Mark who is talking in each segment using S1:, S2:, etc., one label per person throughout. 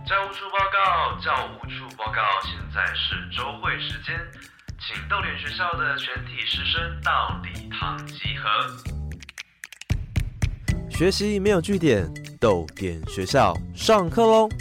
S1: 教务处报告，教务处报告，现在是周会时间，请逗点学校的全体师生到礼堂集合。
S2: 学习没有据点，逗点学校上课喽！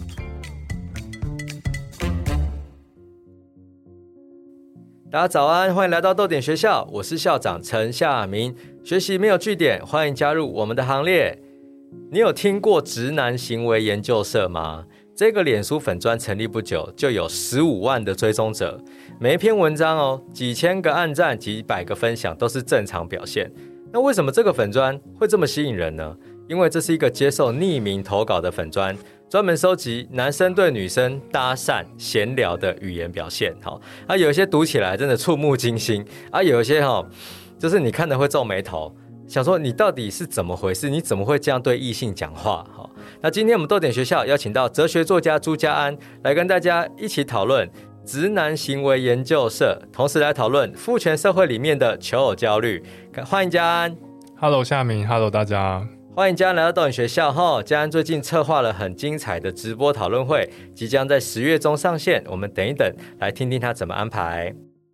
S2: 大家早安，欢迎来到逗点学校，我是校长陈夏明。学习没有据点，欢迎加入我们的行列。你有听过直男行为研究社吗？这个脸书粉专成立不久，就有15万的追踪者，每一篇文章几千个按赞、几百个分享都是正常表现。那为什么这个粉专会这么吸引人呢？因为这是一个接受匿名投稿的粉专，专门收集男生对女生搭讪闲聊的语言表现。有一些读起来真的触目惊心，有一些就是你看的会皱眉头，想说你到底是怎么回事？你怎么会这样对异性讲话？那今天我们逗点学校邀请到哲学作家朱家安来跟大家一起讨论直男行为研究社，同时来讨论父权社会里面的求偶焦虑。欢迎家安。
S3: Hello 夏明 ，Hello 大家。
S2: 欢迎家安来到逗点学校。家安最近策划了很精彩的直播讨论会，即将在10月中上线，我们等一等，来听听他怎么安排。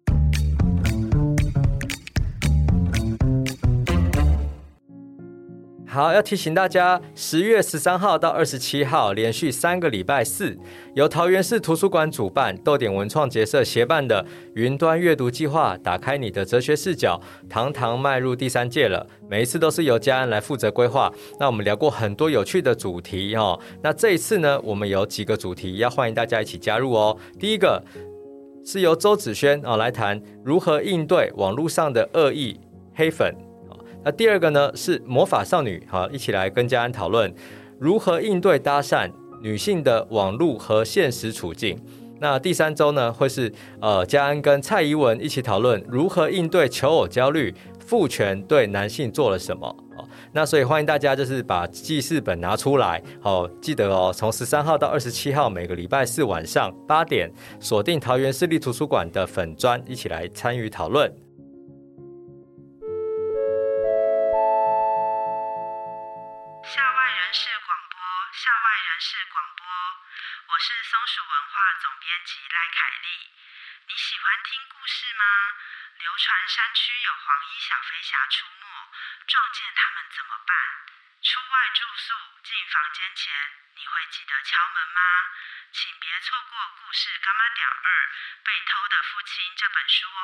S2: 好，要提醒大家，10月13号到27号连续3个礼拜四，由桃园市图书馆主办，逗点文创结社协办的云端阅读计划，打开你的哲学视角，堂堂迈入第3届了。每一次都是由家安来负责规划。那我们聊过很多有趣的主题那这一次呢，我们有几个主题要欢迎大家一起加入哦。第一个是由周子轩来谈如何应对网络上的恶意黑粉。那第二个呢是魔法少女，一起来跟家安讨论如何应对搭讪女性的网络和现实处境。那第3周呢会是家安跟蔡宜文一起讨论如何应对求偶焦虑，父权对男性做了什么。那所以欢迎大家就是把记事本拿出来，记得从13号到27号每个礼拜四晚上8点锁定桃园市立图书馆的粉专，一起来参与讨论。
S4: 校外人士广播，校外人士广播，我是松鼠文化总编辑赖凯丽。你喜欢听故事吗？流传山区有黄衣小飞侠出没，撞见他们怎么办？出外住宿进房间前，你会记得敲门吗？请别错过故事《干妈点2被偷的父亲》这本书哦。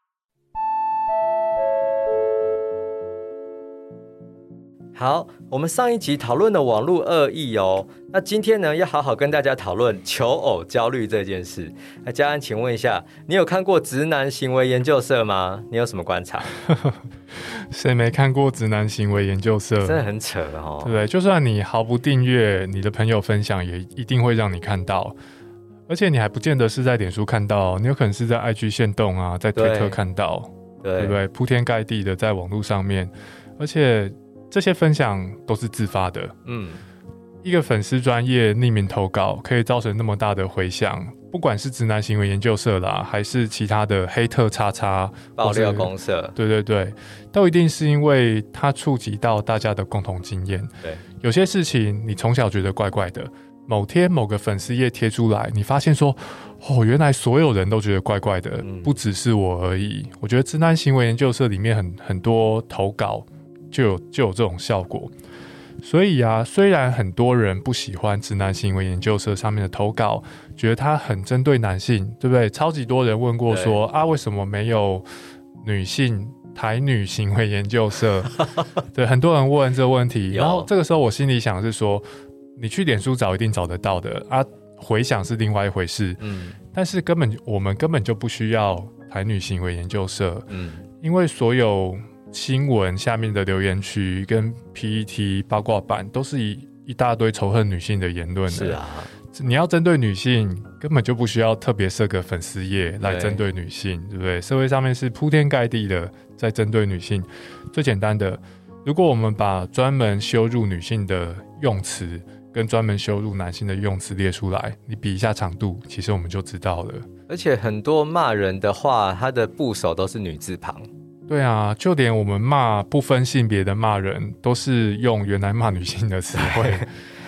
S2: 好，我们上一集讨论了网络恶意那今天呢要好好跟大家讨论求偶焦虑这件事。那家安，请问一下，你有看过直男行为研究社吗？你有什么观察？
S3: 谁没看过直男行为研究社？
S2: 真的很扯
S3: 对不对？就算你毫不订阅，你的朋友分享也一定会让你看到，而且你还不见得是在脸书看到，你有可能是在 IG 限动啊，在推特看到， 对不对？铺天盖地的在网络上面，而且这些分享都是自发的。一个粉丝专页匿名投稿可以造成那么大的回响，不管是直男行为研究社啦，还是其他的黑特叉叉
S2: 爆料公社，
S3: 对，都一定是因为它触及到大家的共同经验。
S2: 对，
S3: 有些事情你从小觉得怪怪的，某天某个粉丝页贴出来，你发现说原来所有人都觉得怪怪的，不只是我而已。我觉得直男行为研究社里面很多投稿就有这种效果。所以虽然很多人不喜欢直男行为研究社上面的投稿，觉得它很针对男性，对不对？超级多人问过说为什么没有女性台女行为研究社？对，很多人问这个问题，然后这个时候我心里想是说，你去脸书找一定找得到的回响是另外一回事。但是我们根本就不需要台女行为研究社，因为所有新闻下面的留言区跟 PTT 八卦版都是一大堆仇恨女性的言论的。
S2: 是啊，
S3: 你要针对女性根本就不需要特别设个粉丝页来针对女性， 对不对？社会上面是铺天盖地的在针对女性。最简单的，如果我们把专门羞辱女性的用词跟专门羞辱男性的用词列出来，你比一下长度，其实我们就知道了。
S2: 而且很多骂人的话，他的部首都是女字旁。
S3: 对啊，就连我们骂不分性别的骂人，都是用原来骂女性的词汇。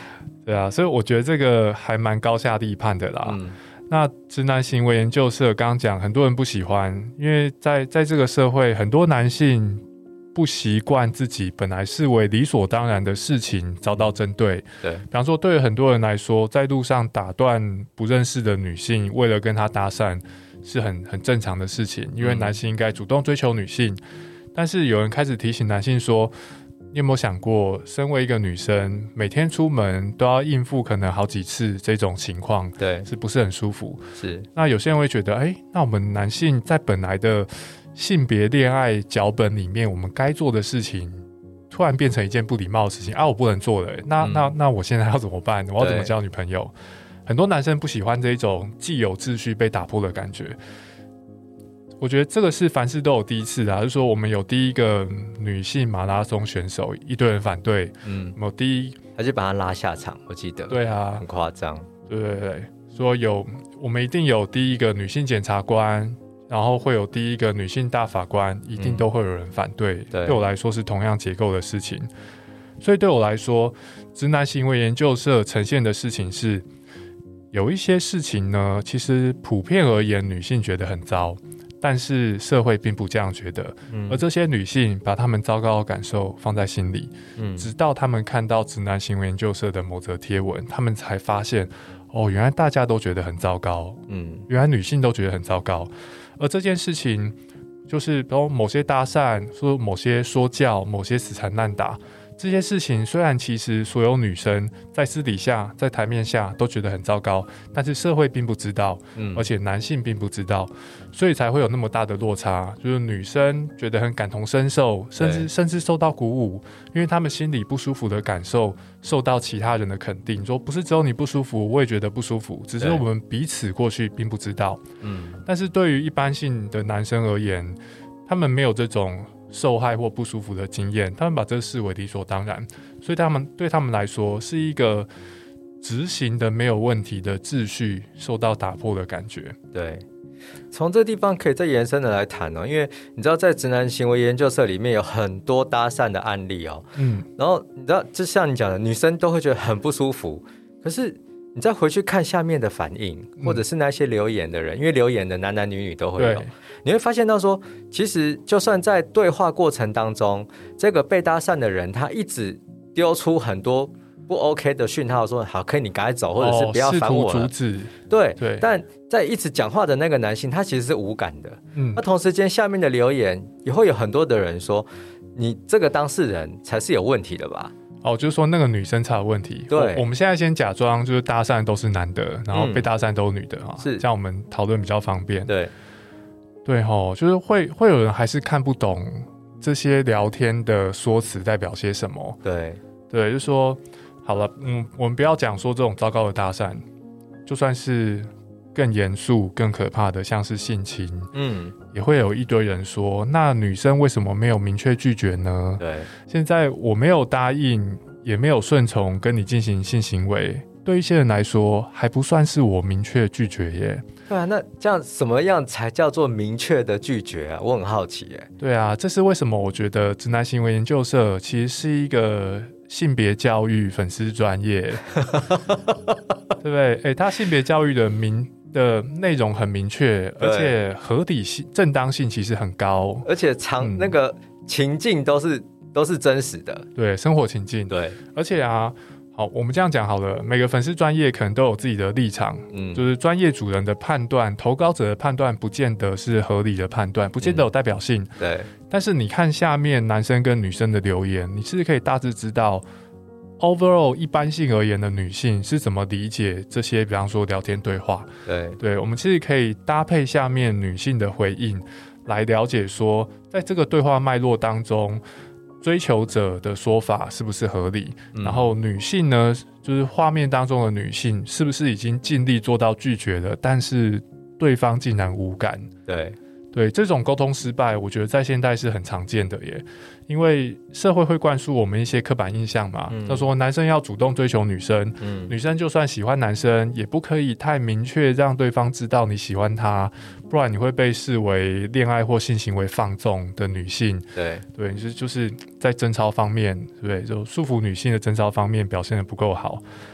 S3: 对啊，所以我觉得这个还蛮高下立判的啦。那直男行为研究社刚刚讲，很多人不喜欢，因为在这个社会，很多男性不习惯自己本来视为理所当然的事情遭到针对。
S2: 对，
S3: 比方说，对于很多人来说，在路上打断不认识的女性，为了跟她搭讪，是很正常的事情，因为男性应该主动追求女性。但是有人开始提醒男性说，你有没有想过，身为一个女生，每天出门都要应付可能好几次这种情况，
S2: 对，
S3: 是不是很舒服？
S2: 是。
S3: 那有些人会觉得，那我们男性在本来的性别恋爱脚本里面，我们该做的事情，突然变成一件不礼貌的事情啊，我不能做了。那我现在要怎么办？我要怎么交女朋友？很多男生不喜欢这种既有秩序被打破的感觉。我觉得这个是凡事都有第一次的，就是说我们有第一个女性马拉松选手，一堆人反对，有第一，
S2: 他就把她拉下场，我记得，
S3: 对啊，
S2: 很夸张，
S3: 对，说我们一定有第一个女性检察官，然后会有第一个女性大法官，一定都会有人反对，对我来说是同样结构的事情，所以对我来说，直男行为研究社呈现的事情是，有一些事情呢，其实普遍而言，女性觉得很糟。但是社会并不这样觉得，而这些女性把她们糟糕的感受放在心里，直到她们看到直男行为研究社的某则贴文，她们才发现，原来大家都觉得很糟糕，原来女性都觉得很糟糕，而这件事情就是某些搭讪，说某些说教，某些死缠烂打。这些事情虽然其实所有女生在私底下在台面下都觉得很糟糕，但是社会并不知道，而且男性并不知道，所以才会有那么大的落差，就是女生觉得很感同身受，甚至受到鼓舞，因为他们心里不舒服的感受受到其他人的肯定，说不是只有你不舒服，我也觉得不舒服，只是我们彼此过去并不知道。但是对于一般性的男生而言，他们没有这种受害或不舒服的经验，他们把这视为理所当然，所以对他们来说是一个执行的没有问题的秩序受到打破的感觉。
S2: 对，从这地方可以再延伸的来谈因为你知道在直男行为研究社里面有很多搭讪的案例然后你知道就像你讲的，女生都会觉得很不舒服，可是你再回去看下面的反应，或者是那些留言的人，因为留言的男男女女都会有，你会发现到说，其实就算在对话过程当中，这个被搭讪的人他一直丢出很多不 OK 的讯号，说好，可以你赶快走，或者是不要烦我了，
S3: 试图阻止。
S2: 对，但在一直讲话的那个男性，他其实是无感的。那同时间下面的留言也会有很多的人说，你这个当事人才是有问题的吧？
S3: 就是说那个女生才有问题。
S2: 对，
S3: 我们现在先假装就是搭讪都是男的，然后被搭讪都是女的
S2: 是
S3: 这样我们讨论比较方便。
S2: 对，
S3: 就是会有人还是看不懂这些聊天的说辞代表些什么。对，就是说好了，我们不要讲说这种糟糕的搭讪，就算是更严肃、更可怕的，像是性侵，也会有一堆人说，那女生为什么没有明确拒绝呢？对，现在我没有答应，也没有顺从跟你进行性行为，对一些人来说，还不算是我明确拒绝耶。
S2: 对啊，那这样什么样才叫做明确的拒绝啊？我很好奇耶。
S3: 对啊，这是为什么我觉得直男行为研究社其实是一个性别教育粉丝专业，对不对？他性别教育的内容很明确，而且合理性、正当性其实很高，
S2: 而且那个情境都是真实的，
S3: 对，生活情境，
S2: 对，
S3: 而且好，我们这样讲好了，每个粉丝专业可能都有自己的立场，就是专业主人的判断，投稿者的判断不见得是合理的判断，不见得有代表性，
S2: 对。
S3: 但是你看下面男生跟女生的留言，你是可以大致知道 overall 一般性而言的女性是怎么理解这些，比方说聊天对话，对，我们其实可以搭配下面女性的回应来了解说，在这个对话脉络当中，追求者的说法是不是合理？然后女性呢，就是画面当中的女性，是不是已经尽力做到拒绝了，但是对方竟然无感？对，这种沟通失败，我觉得在现代是很常见的耶。因为社会会灌输我们一些刻板印象嘛，他说男生要主动追求女生，女生就算喜欢男生，也不可以太明确让对方知道你喜欢他，不然你会被视为恋爱或性行为放纵的女性。对，就是在贞操方面，对不对？就束缚女性的贞操方面表现得不够好。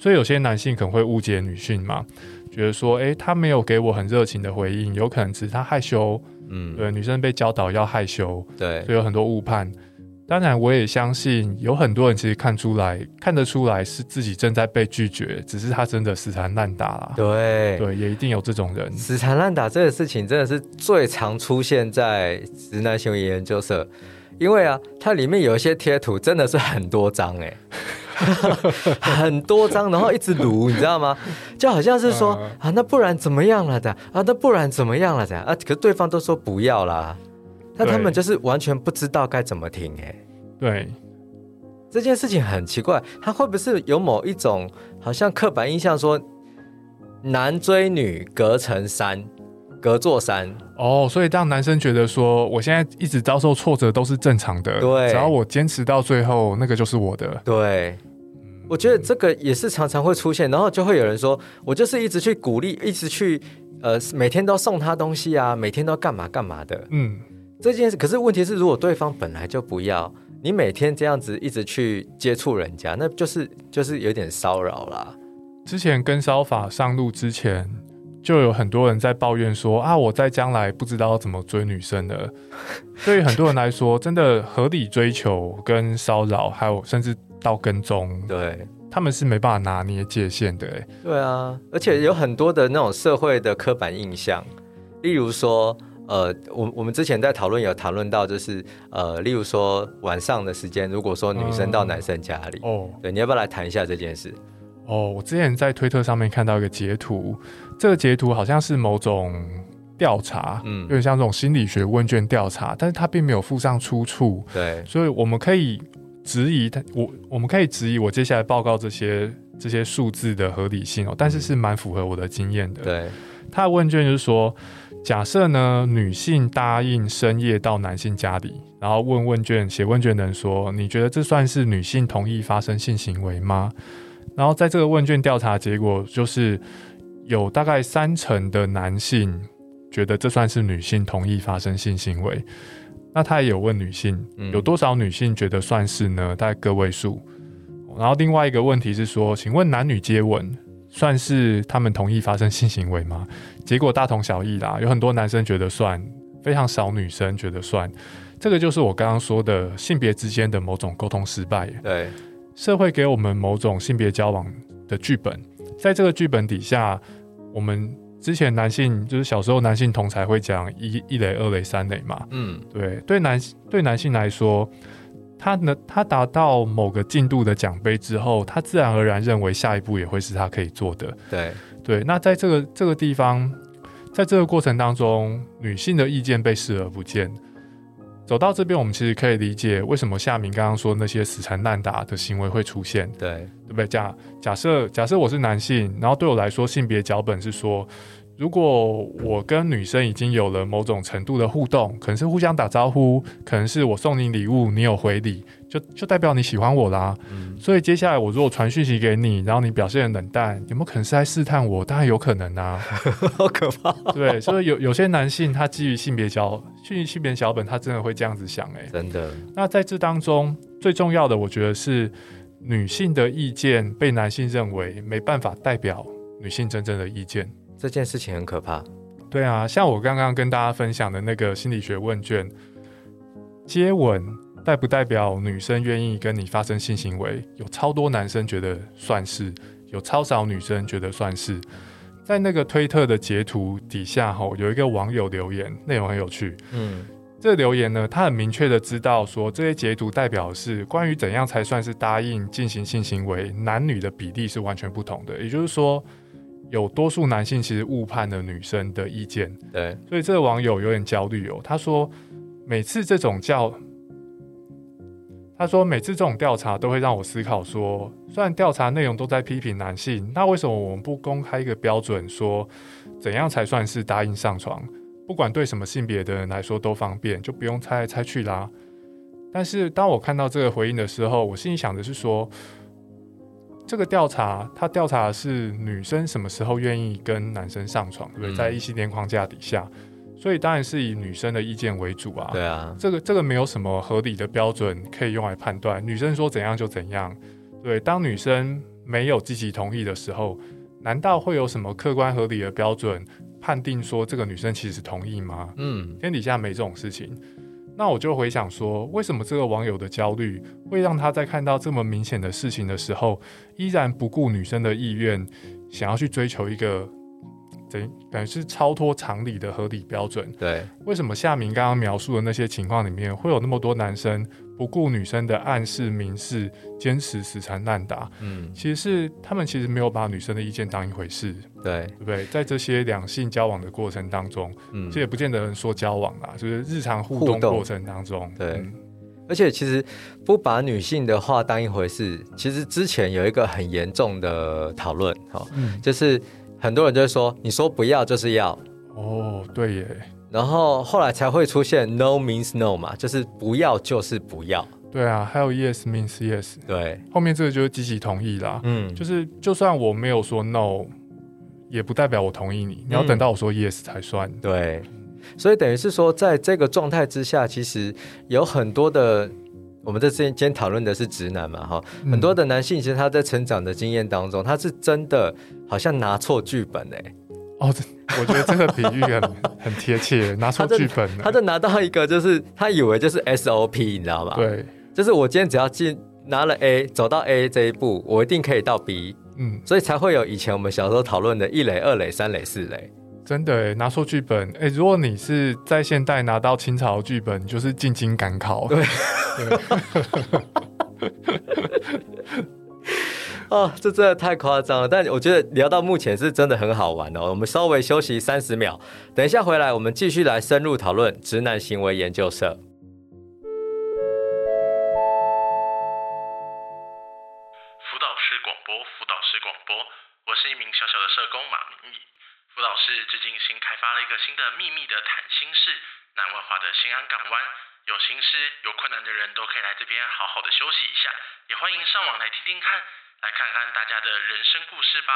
S3: 所以有些男性可能会误解女性嘛，觉得说他没有给我很热情的回应，有可能只是他害羞，对，女生被教导要害羞，
S2: 对，
S3: 所以有很多误判。当然我也相信有很多人其实看得出来是自己正在被拒绝，只是他真的死缠烂打啦。
S2: 对，
S3: 也一定有这种人。
S2: 死缠烂打这个事情真的是最常出现在直男行为研究社，因为啊，它里面有一些贴图真的是很多张很多张，然后一直撸，你知道吗？就好像是说那不然怎么样了的那不然怎么样了的可是对方都说不要啦，那他们就是完全不知道该怎么停
S3: 对，
S2: 这件事情很奇怪，他会不会是有某一种好像刻板印象说男追女隔层山，隔座山
S3: 所以让男生觉得说我现在一直遭受挫折都是正常的，
S2: 对，
S3: 只要我坚持到最后那个就是我的。
S2: 对，我觉得这个也是常常会出现，然后就会有人说我就是一直去鼓励，一直去每天都送他东西啊，每天都干嘛干嘛的这件事。可是问题是如果对方本来就不要，你每天这样子一直去接触人家，那就是有点骚扰啦。
S3: 之前跟骚法上路之前就有很多人在抱怨说我在将来不知道要怎么追女生了。对于很多人来说真的合理追求跟骚扰还有甚至到跟踪，对，他们是没办法拿捏界限的
S2: 对啊，而且有很多的那种社会的刻板印象，例如说我们之前在有讨论到就是例如说晚上的时间，如果说女生到男生家里对，你要不要来谈一下这件事？
S3: 我之前在推特上面看到一个截图，这个截图好像是某种调查，有点像这种心理学问卷调查，但是它并没有附上出处，对，所以我们可以质疑我接下来报告这些数字的合理性但是是蛮符合我的经验的。对，他的问卷就是说，假设呢女性答应深夜到男性家里，然后写问卷的人说，你觉得这算是女性同意发生性行为吗？然后在这个问卷调查结果就是有大概30%的男性觉得这算是女性同意发生性行为。那他也有问女性有多少女性觉得算是呢？大概个位数。然后另外一个问题是说，请问男女接吻算是他们同意发生性行为吗？结果大同小异啦，有很多男生觉得算，非常少女生觉得算。这个就是我刚刚说的性别之间的某种沟通失败。对，社会给我们某种性别交往的剧本，在这个剧本底下，我们之前男性就是小时候男性同才会讲一垒二垒三垒嘛，对，对男性来说，他达到某个进度的奖杯之后，他自然而然认为下一步也会是他可以做的。对，那在这个地方，在这个过程当中，女性的意见被视而不见。走到这边，我们其实可以理解为什么夏民刚刚说那些死缠烂打的行为会出现，对不对？假设我是男性，然后对我来说，性别脚本是说，如果我跟女生已经有了某种程度的互动，可能是互相打招呼，可能是我送你礼物，你有回礼，就代表你喜欢我啦。所以接下来我如果传讯息给你，然后你表现冷淡，有没有可能是在试探我？当然有可能啊。
S2: 好可怕。
S3: 对，所以有些男性他基于性别脚本，他真的会这样子想
S2: 真的。
S3: 那在这当中最重要的，我觉得是女性的意见被男性认为没办法代表女性真正的意见。
S2: 这件事情很可怕。
S3: 对啊，像我刚刚跟大家分享的那个心理学问卷，接吻代不代表女生愿意跟你发生性行为？有超多男生觉得算是，有超少女生觉得算是。在那个推特的截图底下有一个网友留言，内容很有趣。这个留言呢，他很明确的知道说，这些截图代表的是关于怎样才算是答应进行性行为，男女的比例是完全不同的。也就是说，有多数男性其实误判了女生的意见。对，所以这个网友有点焦虑他说每次这种调查都会让我思考说，虽然调查内容都在批评男性，那为什么我们不公开一个标准，说怎样才算是答应上床？不管对什么性别的人来说都方便，就不用猜来猜去啦。但是当我看到这个回应的时候，我心里想的是说，这个调查它调查的是女生什么时候愿意跟男生上床，对不对？在异性恋框架底下，所以当然是以女生的意见为主啊。对啊，这个没有什么合理的标准可以用来判断，女生说怎样就怎样。对，当女生没有积极同意的时候，难道会有什么客观合理的标准判定说这个女生其实同意吗？天底下没这种事情。那我就回想说，为什么这个网友的焦虑会让他在看到这么明显的事情的时候，依然不顾女生的意愿，想要去追求一个等于是超脱常理的合理标准？
S2: 对，
S3: 为什么夏明刚刚描述的那些情况里面，会有那么多男生不顾女生的暗示明示，坚持死缠烂打？其实是他们其实没有把女生的意见当一回事，
S2: 对
S3: 不对？在这些两性交往的过程当中，这也不见得说交往啦，就是日常互动过程当中，
S2: 对。而且其实不把女性的话当一回事，其实之前有一个很严重的讨论，就是很多人就会说，你说不要就是要。
S3: 哦，对耶。
S2: 然后后来才会出现 no means no 嘛，就是不要就是不要。
S3: 对啊，还有 yes means yes。
S2: 对，
S3: 后面这个就是积极同意啦。就是就算我没有说 no， 也不代表我同意你，你要等到我说 yes 才算。
S2: 对，所以等于是说，在这个状态之下，其实有很多的。我们今天讨论的是直男嘛，很多的男性其实他在成长的经验当中，他是真的好像拿错剧本
S3: 哦，我觉得这个比喻很贴切，拿错剧本
S2: 他就拿到一个就是他以为就是 SOP， 你知道吗？
S3: 对，
S2: 就是我今天只要拿了 A 走到 A 这一步，我一定可以到 B，所以才会有以前我们小时候讨论的1垒、2垒、3垒、4垒。
S3: 真的耶，拿错剧本。如果你是在现代拿到清朝的剧本，就是进京赶考。
S2: 对。哦，这真的太夸张了。但我觉得聊到目前是真的很好玩哦。我们稍微休息30秒，等一下回来我们继续来深入讨论直男行为研究社。
S1: 辅导师广播，辅导师广播，我是一名小小的社工马明义。辅导室最近新开发了一个新的秘密的谈心室，南外华的新安港湾，有心事有困难的人都可以来这边好好的休息一下，也欢迎上网来听听看，来看看大家的人生故事吧。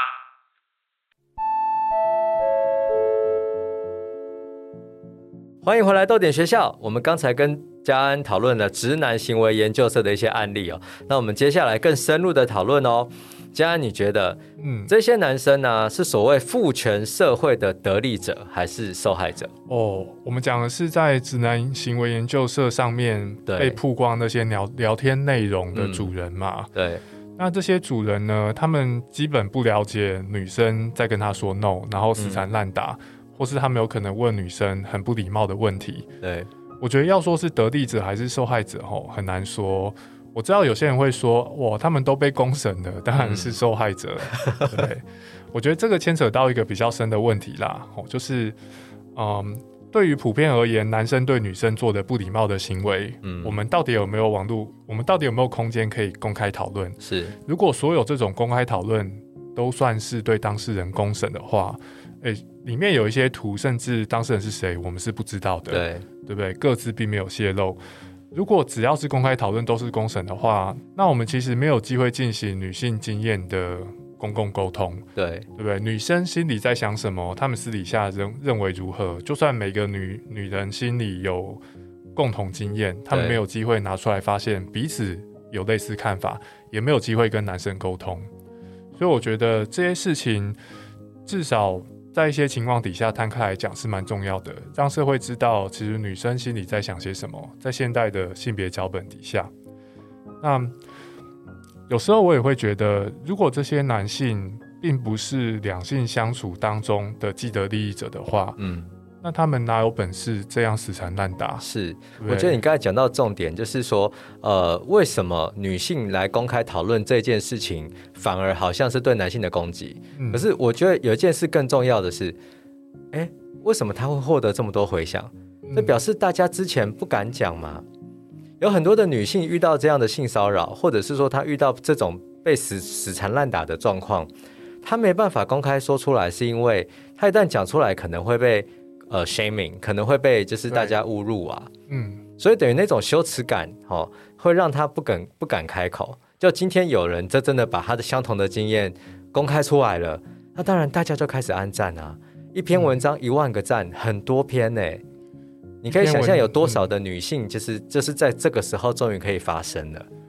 S2: 欢迎回来豆点学校，我们刚才跟嘉安讨论了直男行为研究社的一些案例哦，那我们接下来更深入的讨论哦。嘉安，你觉得这些男生呢，是所谓父权社会的得利者还是受害者？
S3: 我们讲的是在直男行为研究社上面被曝光那些聊天内容的主人嘛。
S2: 对，
S3: 那这些主人呢，他们基本不了解女生在跟他说 no， 然后死缠烂打，或是他们有可能问女生很不礼貌的问题。
S2: 对，
S3: 我觉得要说是得利者还是受害者很难说。我知道有些人会说，哇，他们都被公审了，当然是受害者。对，我觉得这个牵扯到一个比较深的问题啦，就是对于普遍而言，男生对女生做的不礼貌的行为，我们到底有没有网络？我们到底有没有空间可以公开讨论？是，如果所有这种公开讨论都算是对当事人公审的话，里面有一些图，甚至当事人是谁，我们是不知道的，对不对？各自并没有泄露。如果只要是公开讨论都是公审的话，那我们其实没有机会进行女性经验的公共沟通，对不对？女生心里在想什么，她们私底下认为如何，就算每个女人心里有共同经验，她们没有机会拿出来发现彼此有类似看法，也没有机会跟男生沟通。所以我觉得这些事情至少在一些情况底下摊开来讲是蛮重要的，让社会知道其实女生心里在想些什么，在现代的性别脚本底下。那有时候我也会觉得，如果这些男性并不是两性相处当中的既得利益者的话，那他们哪有本事这样死缠烂打？是，
S2: 我觉得你刚才讲到重点，就是说，为什么女性来公开讨论这件事情，反而好像是对男性的攻击？可是我觉得有一件事更重要的是，为什么他会获得这么多回响？这表示大家之前不敢讲嘛。有很多的女性遇到这样的性骚扰，或者是说她遇到这种被死缠烂打的状况，她没办法公开说出来，是因为她一旦讲出来，可能会被shaming， 可能会被就是大家侮辱啊，所以等于那种羞耻感，会让他不敢开口。就今天有人真的把他的相同的经验公开出来了，那当然大家就开始按赞啊，一篇文章1万个赞，很多篇呢。你可以想象有多少的女性就是在这个时候终于可以发声了。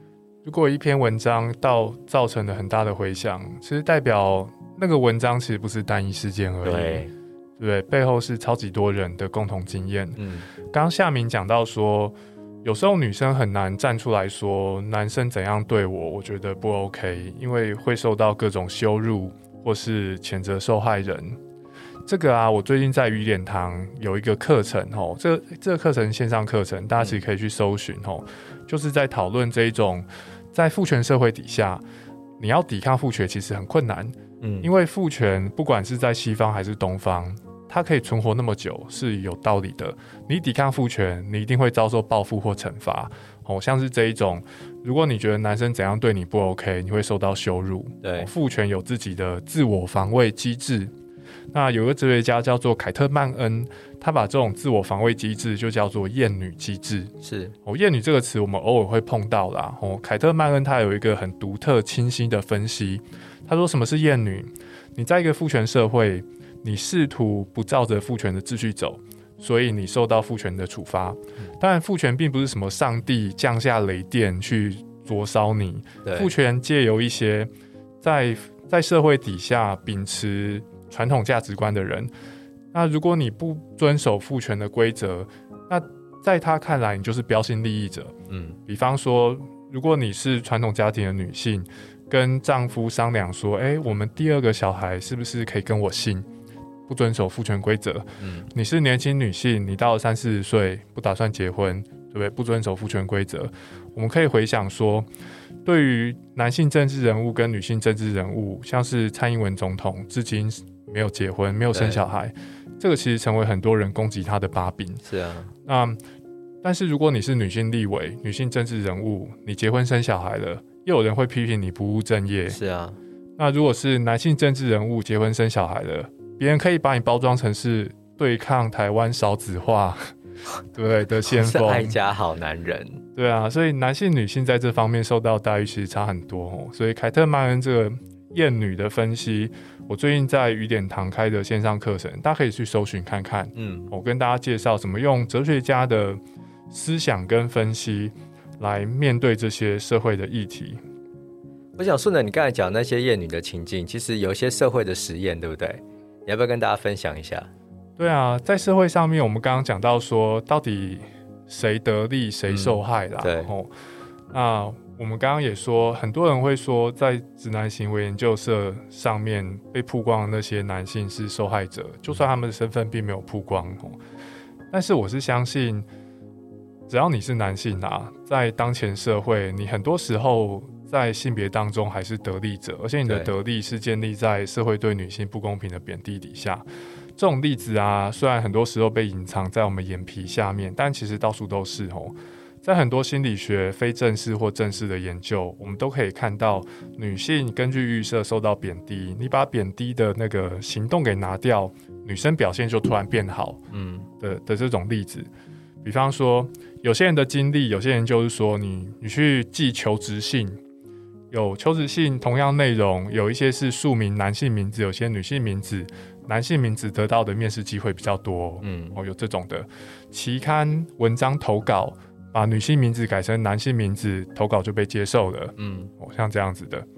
S3: 如果一篇文章造成了很大的回响，其实代表那个文章其实不是单一事件而已，对不对？背后是超级多人的共同经验。刚刚夏明讲到说，有时候女生很难站出来说男生怎样对我觉得不 OK， 因为会受到各种羞辱或是谴责受害人。这个啊，我最近在雨点堂有一个课程这个课程线上课程，大家其实可以去搜寻就是在讨论这一种在父权社会底下，你要抵抗父权其实很困难。因为父权不管是在西方还是东方，它可以存活那么久是有道理的。你抵抗父权，你一定会遭受报复或惩罚。像是这一种，如果你觉得男生怎样对你不 OK， 你会受到羞辱。对，父权有自己的自我防卫机制。那有个哲学家叫做凯特曼恩，他把这种自我防卫机制就叫做厌女机制。是厌女这个词我们偶尔会碰到啦。凯特曼恩他有一个很独特清晰的分析，他说什么是厌女？你在一个父权社会，你试图不照着父权的秩序走，所以你受到父权的处罚。当然父权并不是什么上帝降下雷电去灼烧你，父权借由一些在社会底下秉持传统价值观的人，那如果你不遵守父权的规则，那在他看来你就是标新立异者。比方说如果你是传统家庭的女性，跟丈夫商量说我们第二个小孩是不是可以跟我姓，不遵守父权规则。你是年轻女性，你到了30-40岁不打算结婚，对不对？不遵守父权规则。我们可以回想说，对于男性政治人物跟女性政治人物，像是蔡英文总统至今没有结婚，没有生小孩，这个其实成为很多人攻击他的把柄。是啊，但是如果你是女性立委、女性政治人物，你结婚生小孩了，又有人会批评你不务正业。是啊，那如果是男性政治人物结婚生小孩了，别人可以把你包装成是对抗台湾少子化对不对的先锋，
S2: 是爱家好男人。
S3: 对啊，所以男性女性在这方面受到待遇其实差很多。所以凯特曼恩这个厌女的分析，我最近在雨点堂开的线上课程，大家可以去搜寻看看。我跟大家介绍怎么用哲学家的思想跟分析来面对这些社会的议题。
S2: 我想顺着你刚才讲那些厌女的情境，其实有一些社会的实验，对不对？你要不要跟大家分享一下？
S3: 对啊，在社会上面我们刚刚讲到说到底谁得利谁受害啦。对，那我们刚刚也说，很多人会说在直男行为研究社上面被曝光的那些男性是受害者，就算他们的身份并没有曝光。但是我是相信只要你是男性在当前社会，你很多时候在性别当中还是得利者，而且你的得利是建立在社会对女性不公平的贬低底下。这种例子虽然很多时候被隐藏在我们眼皮下面，但其实到处都是。在很多心理学非正式或正式的研究，我们都可以看到女性根据预设受到贬低，你把贬低的那个行动给拿掉，女生表现就突然变好的这种例子。比方说有些人的经历，有些人就是说你去寄求职信，有求职信同样内容，有一些是署名男性名字，有些女性名字，男性名字得到的面试机会比较多。有这种的期刊文章投稿，把女性名字改成男性名字，投稿就被接受了。像这样子的。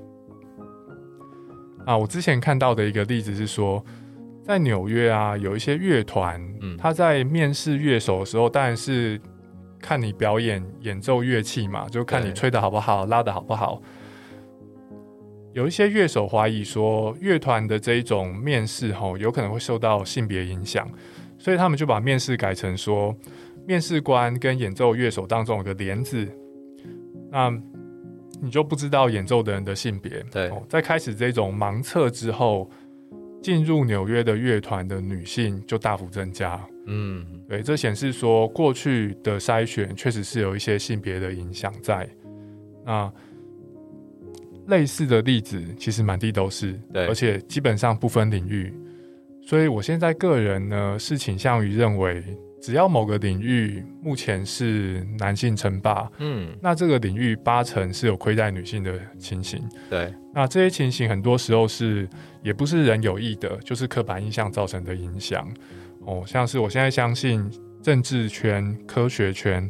S3: 我之前看到的一个例子是说，在纽约有一些乐团，他在面试乐手的时候，当然是看你表演奏乐器嘛，就看你吹得好不好，拉得好不好。有一些乐手怀疑说，乐团的这一种面试有可能会受到性别影响，所以他们就把面试改成说，面试官跟演奏乐手当中有个帘子，那你就不知道演奏的人的性别。对，在开始这种盲测之后，进入纽约的乐团的女性就大幅增加。对，这显示说过去的筛选确实是有一些性别的影响在。那类似的例子其实满地都是，而且基本上不分领域。所以我现在个人呢是倾向于认为，只要某个领域目前是男性称霸，那这个领域80%是有亏待女性的情形。对，那这些情形很多时候也不是人有意的，就是刻板印象造成的影响。像是我现在相信政治圈、科学圈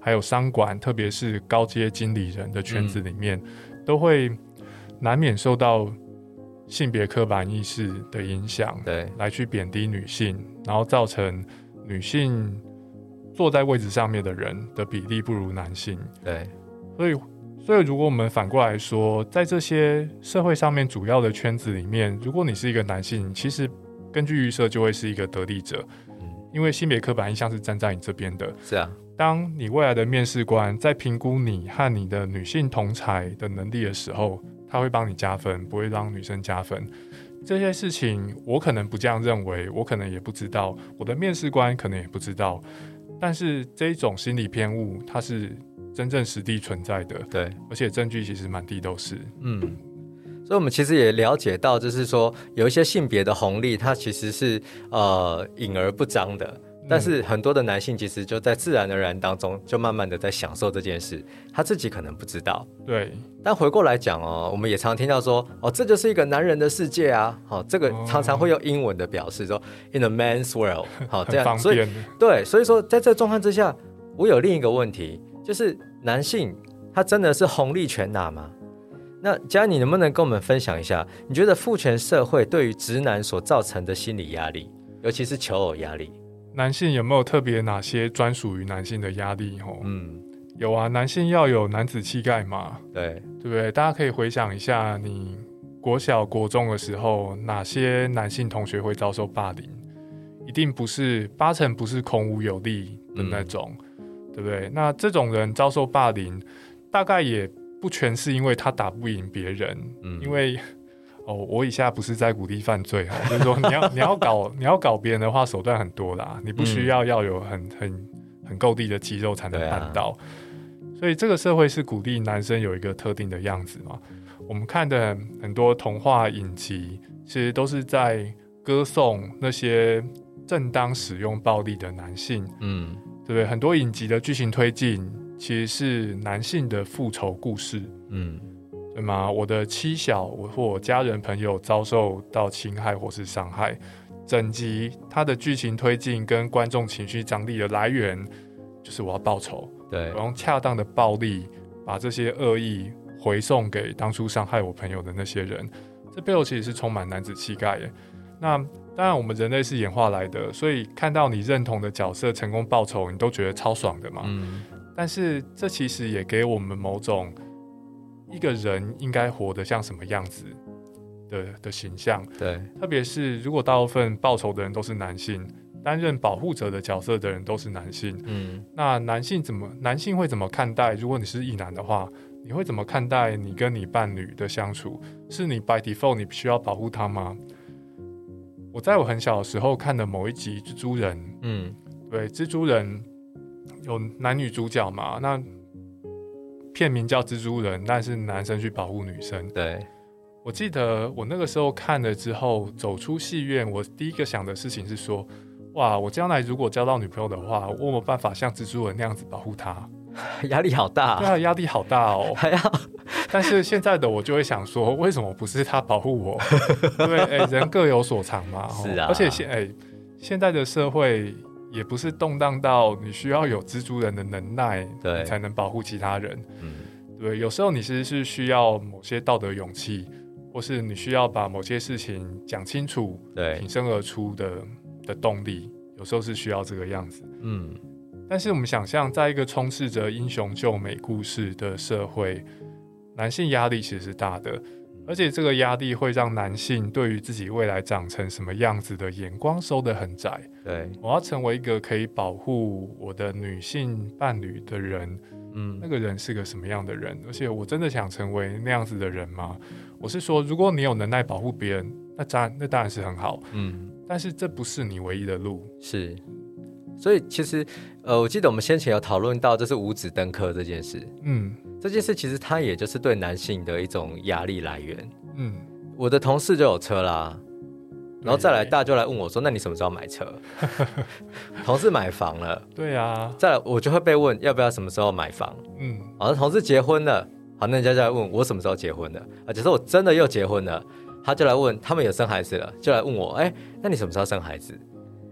S3: 还有商管，特别是高阶经理人的圈子里面，都会难免受到性别刻板意识的影响，
S2: 对，
S3: 来去贬低女性，然后造成女性坐在位置上面的人的比例不如男性。
S2: 对，
S3: 所以如果我们反过来说，在这些社会上面主要的圈子里面，如果你是一个男性，其实根据预设就会是一个得利者，因为性别刻板印象是站在你这边的。
S2: 是啊，
S3: 当你未来的面试官在评估你和你的女性同才的能力的时候，他会帮你加分，不会让女生加分。这些事情我可能不这样认为，我可能也不知道，我的面试官可能也不知道，但是这一种心理偏误它是真正实地存在的，
S2: 对，
S3: 而且证据其实满地都是。
S2: 所以我们其实也了解到，就是说有一些性别的红利，它其实是隐而不彰的。但是很多的男性其实就在自然而然当中，就慢慢的在享受这件事，他自己可能不知道。
S3: 对。
S2: 但回过来讲我们也常听到说，这就是一个男人的世界啊。这个常常会用英文的表示说 ，in a man's world， 这样，
S3: 所以
S2: 对，所以说在这状况之下，我有另一个问题，就是男性他真的是红利全拿吗？那嘉，你能不能跟我们分享一下，你觉得父权社会对于直男所造成的心理压力，尤其是求偶压力？
S3: 男性有没有特别哪些专属于男性的压力？有啊，男性要有男子气概嘛，对不对？大家可以回想一下，你国小国中的时候，哪些男性同学会遭受霸凌？一定不是80%不是孔武有力的那种，对不对？那这种人遭受霸凌，大概也不全是因为他打不赢别人，因为我以下不是在鼓励犯罪，就是说你要搞别人的话，手段很多啦，你不需要有很够力的肌肉才能办到。所以这个社会是鼓励男生有一个特定的样子嘛。我们看的很多童话影集，其实都是在歌颂那些正当使用暴力的男性，对不对？很多影集的剧情推进其实是男性的复仇故事，对吗？我的妻小或我家人朋友遭受到侵害或是伤害，整集它的剧情推进跟观众情绪张力的来源就是我要报仇，对，我用恰当的暴力把这些恶意回送给当初伤害我朋友的那些人，这背后其实是充满男子气概耶。那当然我们人类是演化来的，所以看到你认同的角色成功报仇，你都觉得超爽的嘛。但是这其实也给我们某种一个人应该活得像什么样子 的形象。对，特别是如果大部分报仇的人都是男性，担任保护者的角色的人都是男性，那男性会怎么看待？如果你是异男的话，你会怎么看待你跟你伴侣的相处？是你 by default 你需要保护他吗？我在我很小的时候看的某一集蜘蛛人，对，蜘蛛人有男女主角嘛，那片名叫蜘蛛人，但是男生去保护女生。对，我记得我那个时候看了之后走出戏院，我第一个想的事情是说，哇，我将来如果交到女朋友的话，我有没有办法像蜘蛛人那样子保护她？
S2: 压力好大。
S3: 对啊，压力好大哦。还要，但是现在的我就会想说，为什么不是他保护我？对，人各有所长嘛。是啊。而且现在的社会也不是动荡到你需要有蜘蛛人的能耐，你才能保护其他人。对，有时候你其实是需要某些道德勇气，或是你需要把某些事情讲清楚，挺身而出的动力，有时候是需要这个样子。但是我们想象，在一个充斥着英雄救美故事的社会，男性压力其实是大的，而且这个压力会让男性对于自己未来长成什么样子的眼光收得很窄。对，我要成为一个可以保护我的女性伴侣的人，那个人是个什么样的人？而且我真的想成为那样子的人吗？我是说，如果你有能耐保护别人，那当然是很好。但是这不是你唯一的路。是。所以其实我记得我们先前有讨论到就是五子登科这件事。这件事其实它也就是对男性的一种压力来源。我的同事就有车啦，然后再来大家就来问我说，那你什么时候买车？同事买房了。对啊。再来我就会被问要不要什么时候买房。好，同事结婚了，好，那人家就来问我什么时候结婚的。假设我真的又结婚了，他就来问他们有生孩子了，就来问我，那你什么时候生孩子？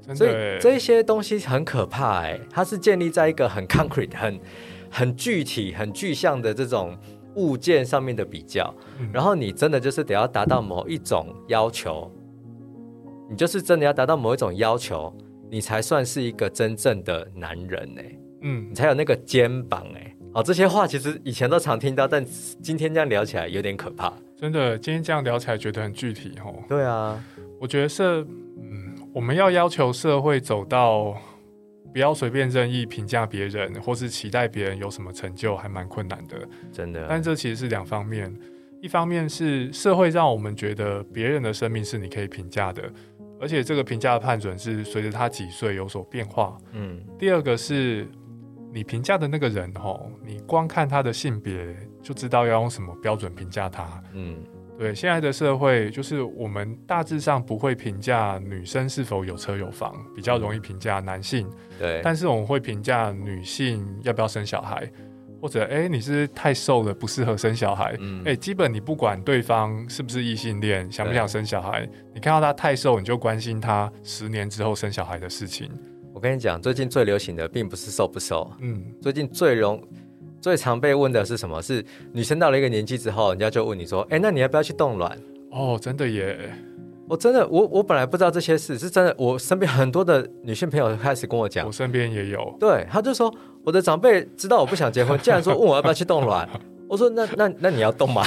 S2: 所以这些东西很可怕它是建立在一个很 concrete 很具体很具象的这种物件上面的比较，然后你真的就是得要达到某一种要求，你就是真的要达到某一种要求，你才算是一个真正的男人你才有那个肩膀这些话其实以前都常听到，但今天这样聊起来有点可怕。
S3: 真的，今天这样聊起来觉得很具体
S2: 对啊，
S3: 我觉得我们要求社会走到不要随便任意评价别人，或是期待别人有什么成就，还蛮困难的。
S2: 真的。
S3: 但这其实是两方面，一方面是社会让我们觉得别人的生命是你可以评价的，而且这个评价的判准是随着他几岁有所变化。第二个是你评价的那个人你光看他的性别就知道要用什么标准评价他。对，现在的社会就是我们大致上不会评价女生是否有车有房，比较容易评价男性。
S2: 对，
S3: 但是我们会评价女性要不要生小孩，或者你是不是太瘦了不适合生小孩。基本你不管对方是不是异性恋，想不想生小孩，你看到他太瘦你就关心他10年之后生小孩的事情。
S2: 我跟你讲，最近最流行的并不是瘦不瘦，最近最常被问的是什么？是女生到了一个年纪之后，人家就问你说，那你要不要去冻卵？
S3: 真的耶！
S2: 我真的，我本来不知道这些事，是真的。我身边很多的女性朋友开始跟我讲，
S3: 我身边也有。
S2: 对，他就说我的长辈知道我不想结婚，竟然说问我要不要去冻卵。我说那你要冻吗？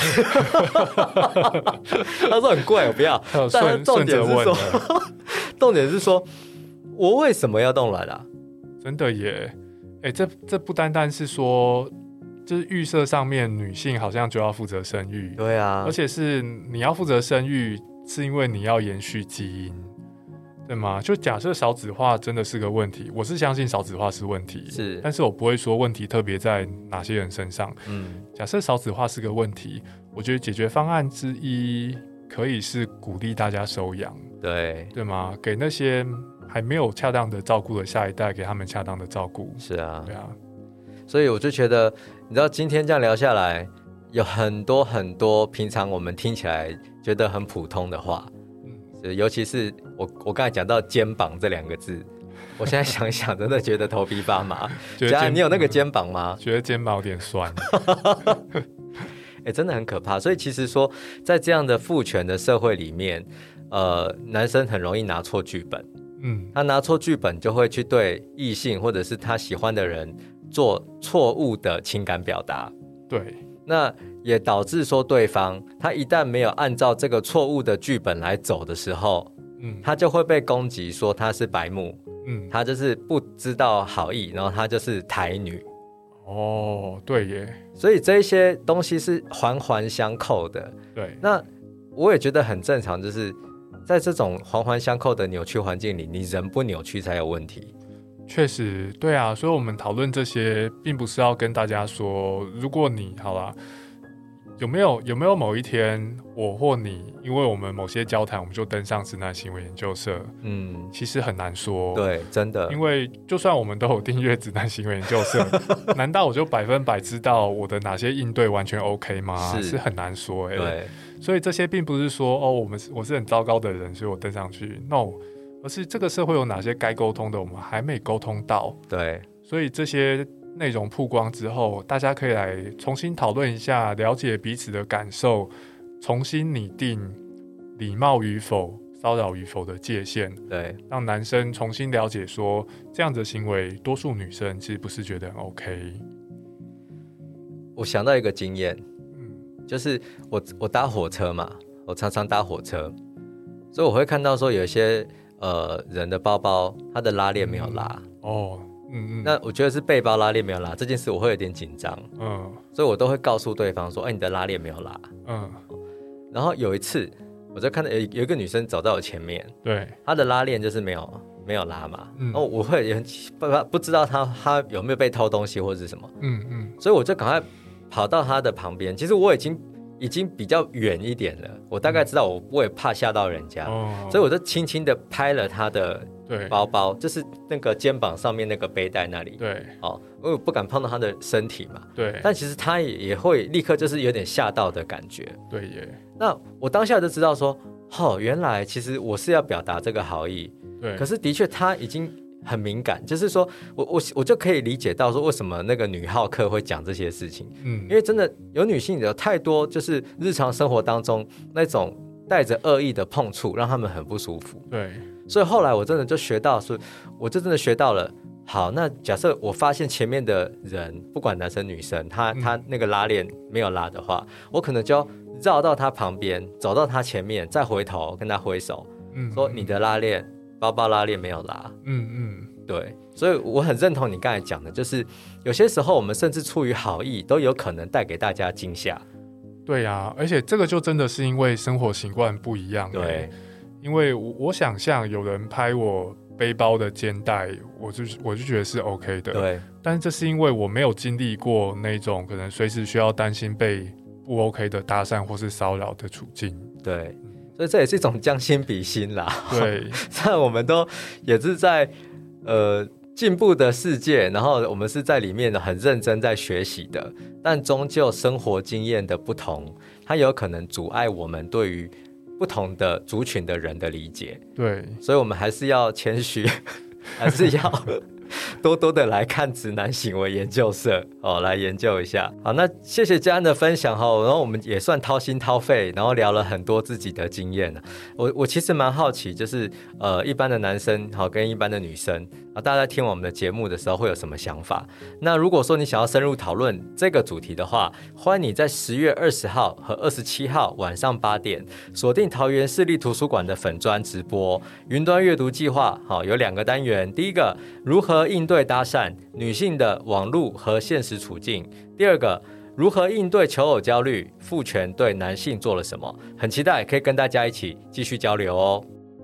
S2: 他说很贵，我不要。但重点是说我为什么要冻卵啊？
S3: 真的耶！这不单单是说，就是预设上面女性好像就要负责生育，
S2: 对啊，
S3: 而且是你要负责生育，是因为你要延续基因，对吗？就假设少子化真的是个问题，我是相信少子化是问题，但是我不会说问题特别在哪些人身上。假设少子化是个问题，我觉得解决方案之一可以是鼓励大家收养，对吗？给那些还没有恰当的照顾的下一代，给他们恰当的照顾。
S2: 是啊，
S3: 对啊。
S2: 所以我就觉得，你知道今天这样聊下来，有很多很多平常我们听起来觉得很普通的话，尤其是我刚才讲到肩膀这2个字，我现在想一想真的觉得头皮发麻。嘉，你有那个肩膀吗？
S3: 觉得肩膀有点酸。
S2: 真的很可怕。所以其实说在这样的父权的社会里面，男生很容易拿错剧本。他拿错剧本就会去对异性或者是他喜欢的人做错误的情感表达。
S3: 对，
S2: 那也导致说对方他一旦没有按照这个错误的剧本来走的时候，他就会被攻击说他是白目，他就是不知道好意，然后他就是台女。
S3: 对耶。
S2: 所以这些东西是环环相扣的。
S3: 对，
S2: 那我也觉得很正常，就是在这种环环相扣的扭曲环境里，你人不扭曲才有问题。
S3: 确实，对啊，所以我们讨论这些并不是要跟大家说，如果你好啦，有没有某一天我或你因为我们某些交谈我们就登上直男行为研究社？其实很难说。
S2: 对，真的。因
S3: 为就算我们都有订阅直男行为研究社，难道我就100%知道我的哪些应对完全 OK 吗？是很难说。
S2: 对，
S3: 所以这些并不是说我是很糟糕的人，所以我登上去。No，而是这个社会有哪些该沟通的我们还没沟通到。
S2: 对，
S3: 所以这些内容曝光之后，大家可以来重新讨论一下，了解彼此的感受，重新拟定礼貌与否、骚扰与否的界限。
S2: 对，
S3: 让男生重新了解说，这样的行为多数女生其实不是觉得很 OK。
S2: 我想到一个经验，就是我搭火车嘛，我常常搭火车，所以我会看到说有一些人的包包他的拉链没有拉。那我觉得是背包拉链没有拉这件事，我会有点紧张。所以我都会告诉对方说，你的拉链没有拉。然后有一次我就看到有一个女生走在我前面，
S3: 对，
S2: 她的拉链就是没有拉嘛。然后我会也不知道她有没有被偷东西或者是什么。所以我就赶快跑到她的旁边，其实我已经比较远一点了，我大概知道我也怕吓到人家。所以我就轻轻的拍了她的包包，就是那个肩膀上面那个背带那里。
S3: 对，
S2: 因为我不敢碰到她的身体嘛。
S3: 对，
S2: 但其实她也会立刻就是有点吓到的感觉。
S3: 对耶。
S2: 那我当下就知道说，原来其实我是要表达这个好意。
S3: 对，
S2: 可是的确他已经很敏感，就是说我就可以理解到说为什么那个女浩克会讲这些事情，因为真的有女性有太多就是日常生活当中那种带着恶意的碰触，让他们很不舒服。
S3: 对，
S2: 所以后来我真的就学到，我就真的学到了。好，那假设我发现前面的人不管男生女生，他那个拉链没有拉的话，我可能就要绕到他旁边，走到他前面，再回头跟他挥手，说你的拉链包包拉链没有拉。对，所以我很认同你刚才讲的，就是有些时候我们甚至出于好意，都有可能带给大家惊吓。
S3: 对啊，而且这个就真的是因为生活习惯不一样。
S2: 对，
S3: 因为我想象有人拍我背包的肩带，我就觉得是 OK 的。
S2: 对，
S3: 但是这是因为我没有经历过那种可能随时需要担心被不 OK 的搭讪或是骚扰的处境。
S2: 对，所以这也是一种将心比心啦。
S3: 对，
S2: 虽然我们都也是在进步的世界，然后我们是在里面很认真在学习的，但终究生活经验的不同，它有可能阻碍我们对于不同的族群的人的理解。
S3: 对，
S2: 所以我们还是要谦虚，还是要多多的来看直男行为研究社来研究一下。好，那谢谢嘉恩的分享然后我们也算掏心掏肺，然后聊了很多自己的经验。我其实蛮好奇，就是一般的男生跟一般的女生大家在听我们的节目的时候会有什么想法？那如果说你想要深入讨论这个主题的话，欢迎你在10月20号和27号晚上8点锁定桃园市立图书馆的粉专直播云端阅读计划。有2个单元，第一个如何应对搭讪，女性的网络和现实处境；第二个如何应对求偶焦虑，父权对男性做了什么。很期待可以跟大家一起继续交流哦。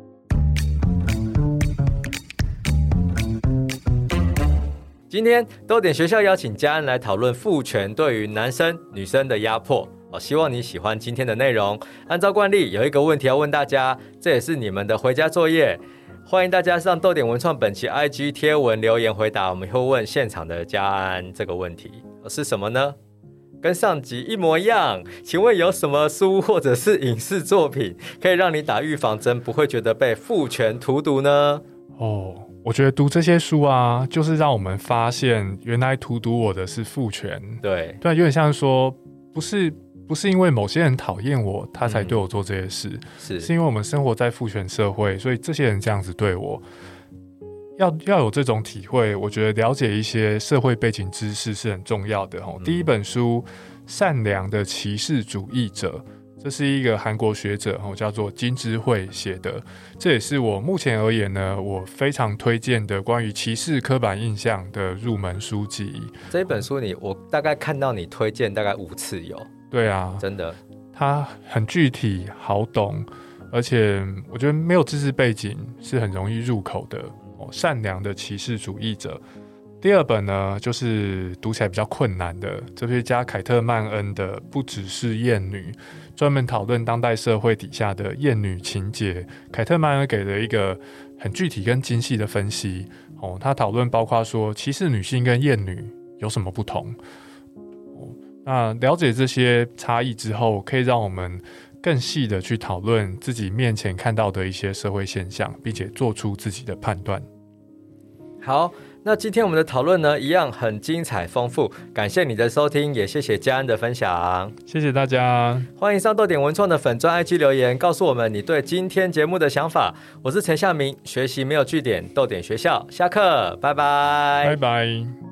S2: 今天逗点学校邀请嘉恩来讨论父权对于男生女生的压迫。希望你喜欢今天的内容。按照惯例有一个问题要问大家，这也是你们的回家作业，欢迎大家上逗点文创本期 IG 贴文留言回答，我们会问现场的嘉恩这个问题是什么呢？跟上集一模一样，请问有什么书或者是影视作品可以让你打预防针，不会觉得被父权荼毒呢？
S3: 我觉得读这些书啊，就是让我们发现原来荼毒我的是父权。对，有点像说不是因为某些人讨厌我他才对我做这些事，是因为我们生活在父权社会，所以这些人这样子对我，要有这种体会，我觉得了解一些社会背景知识是很重要的。第一本书《善良的歧视主义者》，这是一个韩国学者叫做金智慧写的，这也是我目前而言呢，我非常推荐的关于歧视刻板印象的入门书籍。
S2: 这本书我大概看到你推荐大概5次有。
S3: 对啊，
S2: 真的，
S3: 它很具体好懂，而且我觉得没有知识背景是很容易入口的。善良的歧视主义者。第二本呢，就是读起来比较困难的哲学家凯特曼恩的《不只是厌女》，专门讨论当代社会底下的厌女情节。凯特曼恩给了一个很具体跟精细的分析。他讨论包括说歧视女性跟厌女有什么不同。那了解这些差异之后，可以让我们更细的去讨论自己面前看到的一些社会现象，并且做出自己的判断。
S2: 好，那今天我们的讨论呢，一样很精彩丰富，感谢你的收听，也谢谢嘉恩的分享。
S3: 谢谢大家，
S2: 欢迎上逗点文创的粉专 IG 留言，告诉我们你对今天节目的想法。我是陈夏明，学习没有据点，逗点学校下课，拜拜，
S3: 拜拜。